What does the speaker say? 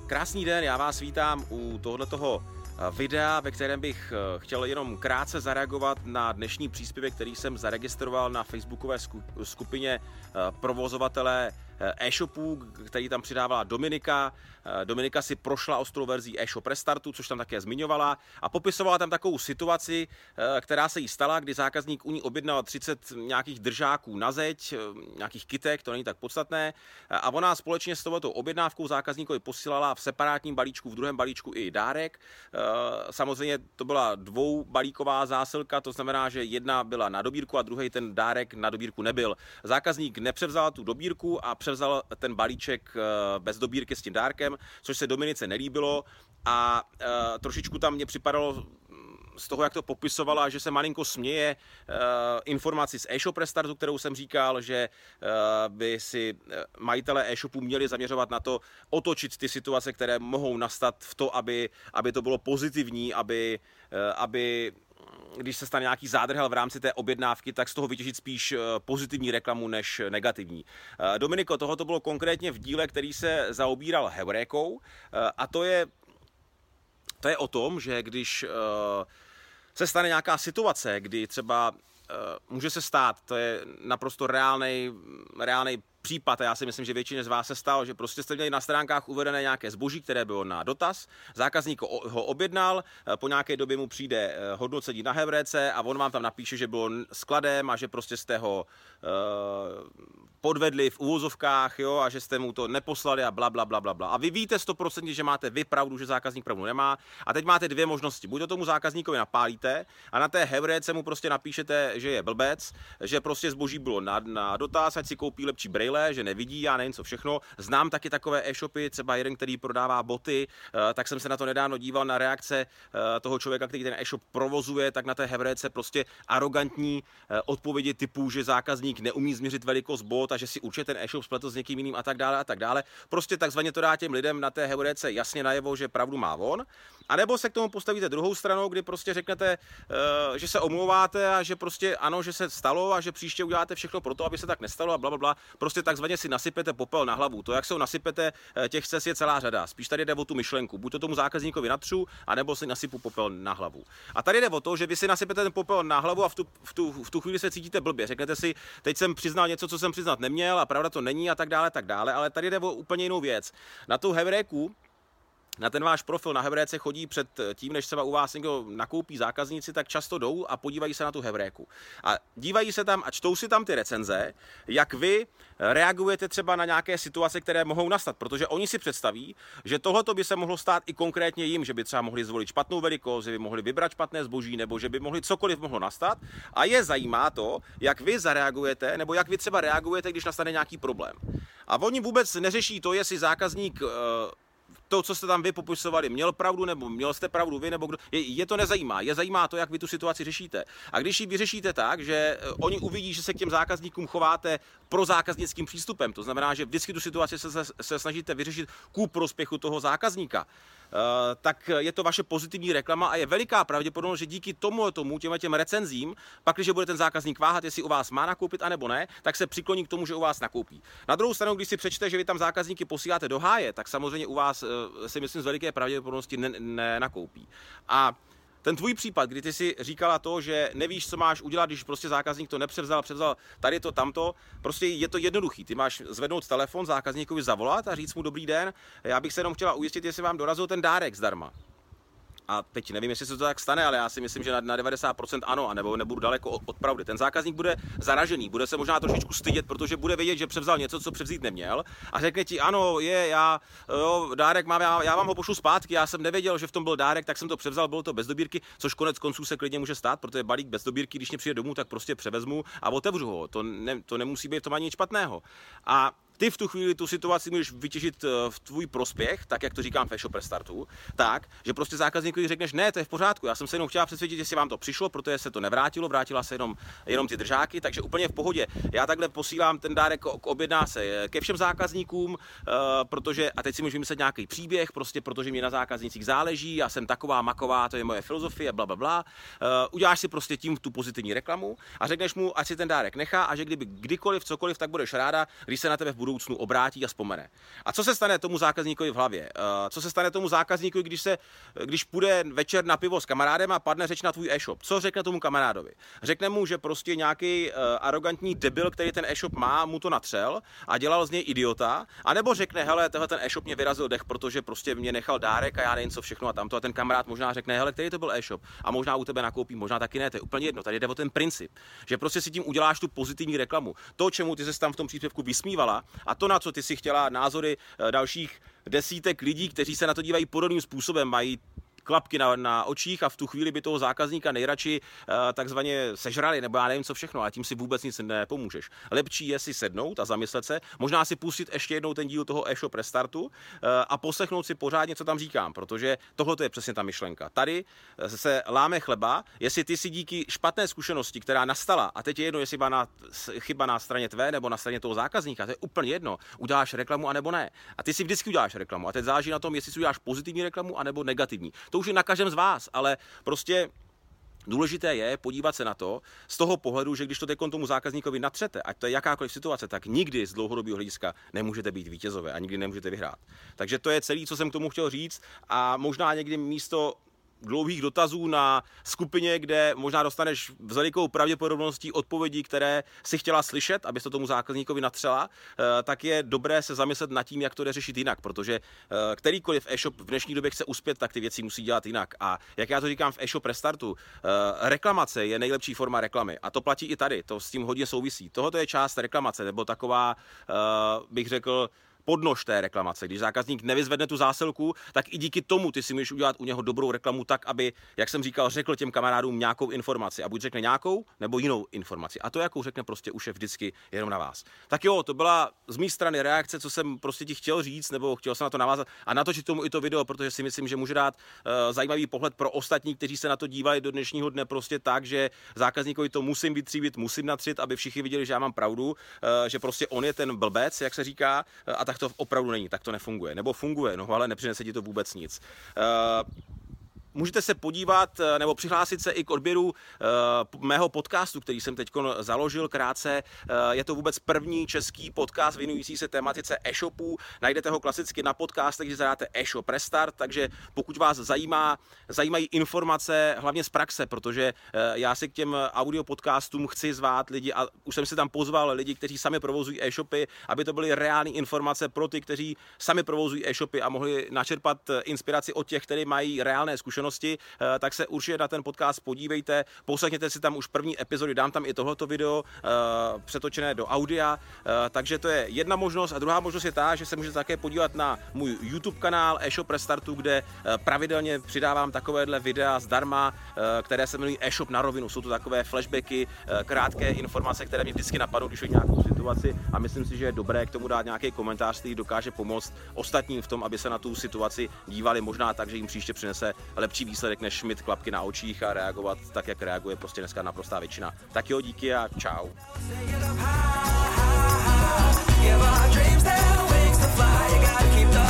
Krásný den, já vás vítám u tohoto videa, ve kterém bych chtěl jenom krátce zareagovat na dnešní příspěvek, který jsem zaregistroval na facebookové skupině provozovatele e-shopů, který tam přidávala Dominika. Dominika si prošla ostrou verzí e-shop restartu, což tam také zmiňovala, a popisovala tam takovou situaci, která se jí stala, kdy zákazník u ní objednal 30 nějakých držáků na zeď, nějakých kytek, to není tak podstatné, a ona společně s touto objednávkou zákazníkovi posílala v separátním balíčku, v druhém balíčku i dárek. Samozřejmě to byla dvoubalíková zásilka, to znamená, že jedna byla na dobírku a druhý ten dárek na dobírku nebyl. Zákazník nepřevzal tu dobírku a převzal ten balíček bez dobírky s tím dárkem, což se Dominice nelíbilo a trošičku tam mě připadalo z toho, jak to popisovala, že se malinko směje informaci z e-shop restartu, kterou jsem říkal, že by si majitelé e-shopu měli zaměřovat na to, otočit ty situace, které mohou nastat v to, aby to bylo pozitivní, aby když se stane nějaký zádrhel v rámci té objednávky, tak z toho vytěžit spíš pozitivní reklamu než negativní. Dominiko, tohoto bylo konkrétně v díle, který se zaobíral heurékou, a to je o tom, že když se stane nějaká situace, kdy třeba může se stát, to je naprosto reálný případ, a já si myslím, že většině z vás se stalo, že prostě jste měli na stránkách uvedené nějaké zboží, které bylo na dotaz, zákazník ho objednal, po nějaké době mu přijde hodnocení na heuréce a on vám tam napíše, že bylo skladem a že prostě jste ho podvedli v uvozovkách, jo, a že jste mu to neposlali a bla, bla, bla, bla, bla. A vy víte 100%, že máte vy pravdu, že zákazník pravdu nemá, a teď máte dvě možnosti. Buď to tomu zákazníkovi napálíte a na té heuréce mu prostě napíšete, že je blbec, že prostě zboží bylo na dotaz, ať si koupí lepší brejle, že nevidí, já nevím co všechno. Znám taky takové e-shopy, třeba jeden, který prodává boty, tak jsem se na to nedávno díval na reakce toho člověka, který ten e-shop provozuje, tak na té heuréce prostě arrogantní odpovědi typu, že zákazník neumí změřit velikost bot a že si určitě ten e-shop spletl s někým jiným a tak dále a tak dále. Prostě takzvaně to dá těm lidem na té heuréce jasně najevo, že pravdu má on. A nebo se k tomu postavíte druhou stranou, kdy prostě řeknete, že se omlouváte a že prostě ano, že se stalo a že příště uděláte všechno pro to, aby se tak nestalo a blablabla. Prostě takzvaně si nasypete popel na hlavu. To, jak se ho nasypete, těch cest je celá řada. Spíš tady jde o tu myšlenku. Buď to tomu zákazníkovi natřu, anebo si nasypu popel na hlavu. A tady jde o to, že vy si nasypete ten popel na hlavu a v tu chvíli se cítíte blbě. Řeknete si, teď jsem přiznal něco, co jsem přiznat neměl a pravda to není a tak dále, ale tady jde o úplně jinou věc. Na tu heuréku, na ten váš profil na heuréce chodí před tím, než třeba u vás někdo nakoupí zákazníci, tak často jdou a podívají se na tu heuréku. A dívají se tam a čtou si tam ty recenze, jak vy reagujete třeba na nějaké situace, které mohou nastat, protože oni si představí, že tohleto by se mohlo stát i konkrétně jim, že by třeba mohli zvolit špatnou velikost, že by mohli vybrat špatné zboží, nebo že by mohli cokoliv mohlo nastat, a je zajímá to, jak vy zareagujete, nebo jak vy třeba reagujete, když nastane nějaký problém. A oni vůbec neřeší to, jestli zákazník to, co jste tam vy popisovali, měl pravdu, nebo měl jste pravdu vy, nebo kdo, je to nezajímá. Je zajímá to, jak vy tu situaci řešíte. A když ji vyřešíte tak, že oni uvidí, že se k těm zákazníkům chováte pro zákaznickým přístupem, to znamená, že vždycky tu situaci se snažíte vyřešit ku prospěchu toho zákazníka, tak je to vaše pozitivní reklama a je veliká pravděpodobnost, že díky těm recenzím, pak, když bude ten zákazník váhat, jestli u vás má nakoupit anebo ne, tak se přikloní k tomu, že u vás nakoupí. Na druhou stranu, když si přečte, že vy tam zákazníky posíláte do háje, tak samozřejmě u vás si myslím z veliké pravděpodobnosti nenakoupí. A ten tvůj případ, kdy ty si říkala to, že nevíš, co máš udělat, když prostě zákazník to převzal tady to, tamto, prostě je to jednoduchý. Ty máš zvednout telefon, zákazníkovi zavolat a říct mu dobrý den, já bych se jenom chtěla ujistit, jestli vám dorazil ten dárek zdarma. A teď nevím, jestli se to tak stane, ale já si myslím, že na 90% ano, anebo nebudu daleko od pravdy. Ten zákazník bude zaražený, bude se možná trošičku stydět, protože bude vědět, že převzal něco, co převzít neměl, a řekne ti, ano, dárek mám, já vám ho pošlu zpátky, já jsem nevěděl, že v tom byl dárek, tak jsem to převzal, bylo to bez dobírky, což konec konců se klidně může stát, protože balík bez dobírky, když mě přijde domů, tak prostě převezmu a otevřu ho. To nemusí být v tom ani nic špatného. A ty v tu chvíli tu situaci můžeš vytěžit v tvůj prospěch, tak jak to říkám v e-shop restartu, tak, že prostě zákazníkovi řekneš, ne, to je v pořádku, já jsem se jenom chtěla přesvědčit, jestli vám to přišlo, protože se to nevrátilo, vrátila se jenom ty držáky, takže úplně v pohodě. Já takhle posílám ten dárek k objednávce ke všem zákazníkům, protože, a teď si můžu myslet nějaký příběh, prostě protože mi na zákaznících záleží, já jsem taková maková, to je moje filozofie, bla, bla, bla. Uděláš si prostě tím tu pozitivní reklamu a řekneš mu, ať si ten dárek nechá a že kdyby kdykoliv, cokoliv, tak budeš ráda, když se na tebe v budoucnu obrátí a vzpomene. A co se stane tomu zákazníkovi v hlavě? Co se stane tomu zákazníkovi, když půjde večer na pivo s kamarádem a padne řeč na tvůj e-shop? Co řekne tomu kamarádovi? Řekne mu, že prostě nějaký arrogantní debil, který ten e-shop má, mu to natřel a dělal z něj idiota, anebo řekne, hele, tenhle ten e-shop mě vyrazil dech, protože prostě mě nechal dárek a já nevím co všechno a tamto, a ten kamarád možná řekne, hele, který to byl e-shop a možná u tebe nakoupí, možná taky ne, to je úplně jedno. Tady jde o ten princip, že prostě si tím uděláš tu pozitivní reklamu. To, čemu ty ses tam v tom příspěvku vysmívala, a to, na co ty si chtěla názory dalších desítek lidí, kteří se na to dívají podobným způsobem, mají klapky na očích a v tu chvíli by toho zákazníka nejradši takzvaně sežrali, nebo já nevím co všechno, a tím si vůbec nic nepomůžeš. Lepší je si sednout a zamyslet se, možná si pustit ještě jednou ten díl toho e-shop restartu a poslechnout si pořádně, co tam říkám, protože tohle je přesně ta myšlenka. Tady se láme chleba, jestli ty si díky špatné zkušenosti, která nastala, a teď je jedno, jestli byla chyba na straně tvé nebo na straně toho zákazníka, to je úplně jedno, uděláš reklamu anebo ne. A ty si vždycky uděláš reklamu a teď záleží na tom, jestli si uděláš pozitivní reklamu anebo negativní. To už je na každém z vás, ale prostě důležité je podívat se na to z toho pohledu, že když to teď tomu zákazníkovi natřete, ať to je jakákoliv situace, tak nikdy z dlouhodobého hlediska nemůžete být vítězové a nikdy nemůžete vyhrát. Takže to je celé, co jsem k tomu chtěl říct, a možná někdy místo dlouhých dotazů na skupině, kde možná dostaneš s velikou pravděpodobností odpovědi, které si chtěla slyšet, abys to tomu zákazníkovi natřela, tak je dobré se zamyslet nad tím, jak to jde řešit jinak, protože kterýkoliv e-shop v dnešní době chce uspět, tak ty věci musí dělat jinak. A jak já to říkám v e-shop restartu, reklamace je nejlepší forma reklamy a to platí i tady, to s tím hodně souvisí. Tohle je část reklamace, nebo taková, bych řekl, podnož té reklamace. Když zákazník nevyzvedne tu zásilku, tak i díky tomu ty si můžeš udělat u něho dobrou reklamu tak, aby, jak jsem říkal, řekl těm kamarádům nějakou informaci. A buď řekne nějakou, nebo jinou informaci. A to, jakou řekne, prostě už je vždycky jenom na vás. Tak jo, to byla z mé strany reakce, co jsem prostě ti chtěl říct, nebo chtěl jsem na to navázat a natočit tomu i to video, protože si myslím, že může dát zajímavý pohled pro ostatní, kteří se na to dívají do dnešního dne prostě tak, že zákazníkovi to musím vytříbit, musím natřít, aby všichni viděli, že já mám pravdu, že prostě on je ten blbec, jak se říká, a tak to opravdu není, tak to nefunguje. Nebo funguje, no ale nepřinese ti to vůbec nic. Můžete se podívat nebo přihlásit se i k odběru mého podcastu, který jsem teď založil krátce. Je to vůbec první český podcast věnující se tematice e-shopů. Najdete ho klasicky na podcastech, když zadáte e-shop restart, takže pokud vás zajímají informace hlavně z praxe, protože já si k těm audio podcastům chci zvát lidi a už jsem si tam pozval lidi, kteří sami provozují e-shopy, aby to byly reální informace pro ty, kteří sami provozují e-shopy a mohli načerpat inspiraci od těch, kteří mají reálné zkušenosti, tak se určitě na ten podcast podívejte, poslechněte si tam už první epizody, dám tam i tohleto video přetočené do audia, takže to je jedna možnost a druhá možnost je ta, že se můžete také podívat na můj YouTube kanál e-shop restartu, kde pravidelně přidávám takovéhle videa zdarma, které se jmenují e-shop na rovinu, jsou to takové flashbacky, krátké informace, které mě vždycky napadnou, když vidím nějakou situaci a myslím si, že je dobré k tomu dát nějaký komentář, který dokáže pomoct ostatním v tom, aby se na tu situaci dívali možná tak, že jim příště přinese lepší výsledek, než mít klapky na očích a reagovat tak, jak reaguje prostě dneska naprostá většina. Tak jo, díky a čau. Give our dreams their wings to fly. You gotta keep the